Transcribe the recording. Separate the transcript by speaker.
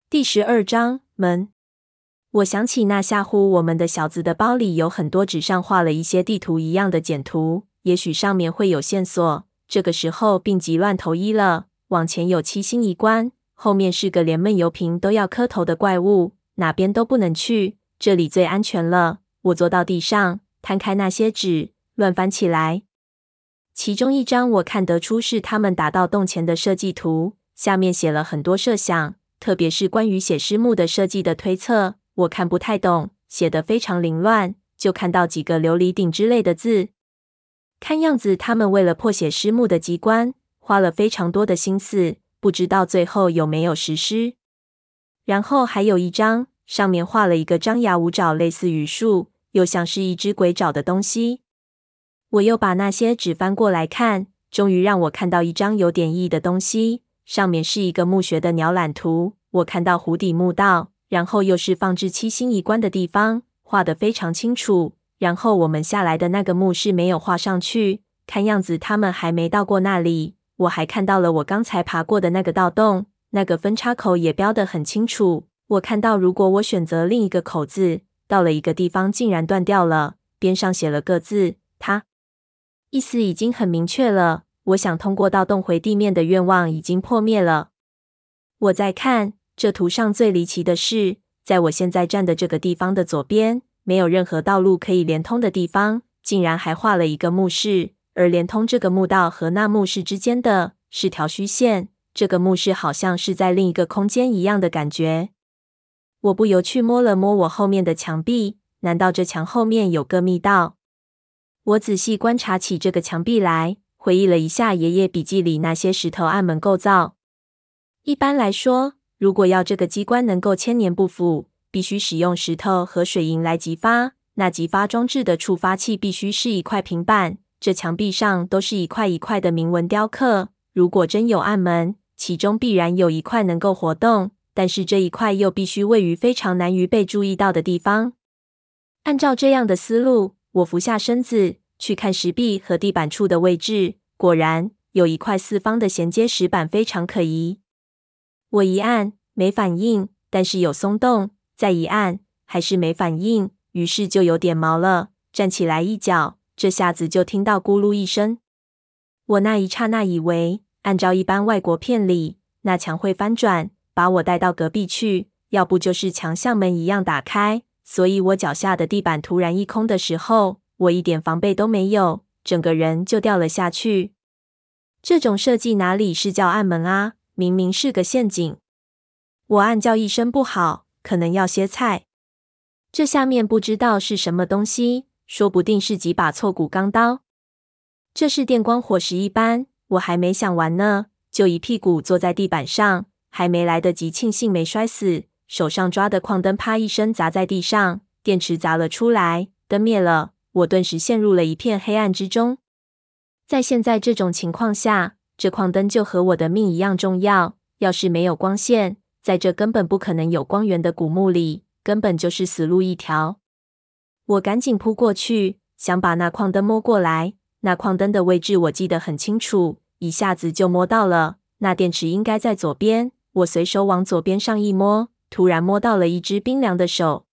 Speaker 1: 第12章门。我想起那吓唬我们的小子的包里有很多纸上画了一些地图一样的简图，也许上面会有线索。这个时候病急乱投医了，往前有7星一关，后面是个连闷油瓶都要磕头的怪物，哪边都不能去，这里最安全了。我坐到地上，摊开那些纸，乱翻起来。其中一张我看得出是他们打到洞前的设计图，下面写了很多设想，特别是关于写尸墓的设计的推测，我看不太懂，写得非常凌乱，就看到几个琉璃顶之类的字。看样子他们为了破写尸墓的机关，花了非常多的心思，不知道最后有没有实施。然后还有一张，上面画了一个张牙舞爪，类似榆树，又像是一只鬼爪的东西。我又把那些纸翻过来看，终于让我看到一张有点意义的东西，上面是一个墓穴的鸟览图，我看到湖底墓道，然后又是放置7星一关的地方，画得非常清楚。然后我们下来的那个墓是没有画上去，看样子他们还没到过那里。我还看到了我刚才爬过的那个盗洞，那个分叉口也标得很清楚。我看到如果我选择另一个口子，到了一个地方竟然断掉了，边上写了个字，它。意思已经很明确了，我想通过盗洞回地面的愿望已经破灭了。我再看，这图上最离奇的是，在我现在站的这个地方的左边，没有任何道路可以连通的地方，竟然还画了一个墓室，而连通这个墓道和那墓室之间的是条虚线，这个墓室好像是在另一个空间一样的感觉。我不由去摸了摸我后面的墙壁，难道这墙后面有个密道？我仔细观察起这个墙壁来，回忆了一下爷爷笔记里那些石头暗门构造。一般来说，如果要这个机关能够千年不腐，必须使用石头和水银来激发，那激发装置的触发器必须是一块平板，这墙壁上都是一块一块的铭文雕刻。如果真有暗门，其中必然有一块能够活动，但是这一块又必须位于非常难于被注意到的地方。按照这样的思路，我俯下身子去看石壁和地板处的位置，果然有一块四方的衔接石板非常可疑。我一按没反应，但是有松动，再一按还是没反应，于是就有点毛了，站起来一脚，这下子就听到咕噜一声。我那一刹那以为，按照一般外国片里，那墙会翻转，把我带到隔壁去，要不就是墙像门一样打开，所以我脚下的地板突然一空的时候，我一点防备都没有，整个人就掉了下去。这种设计哪里是叫暗门啊，明明是个陷阱。我暗叫一声不好，可能要歇菜。这下面不知道是什么东西，说不定是几把错骨钢刀。这是电光火石一般，我还没想完呢，就一屁股坐在地板上，还没来得及庆幸没摔死，手上抓的矿灯啪一声砸在地上，电池砸了出来，灯灭了，我顿时陷入了一片黑暗之中。在现在这种情况下，这矿灯就和我的命一样重要，要是没有光线，在这根本不可能有光源的古墓里，根本就是死路一条。我赶紧扑过去，想把那矿灯摸过来，那矿灯的位置我记得很清楚，一下子就摸到了，那电池应该在左边，我随手往左边上一摸，突然摸到了一只冰凉的手。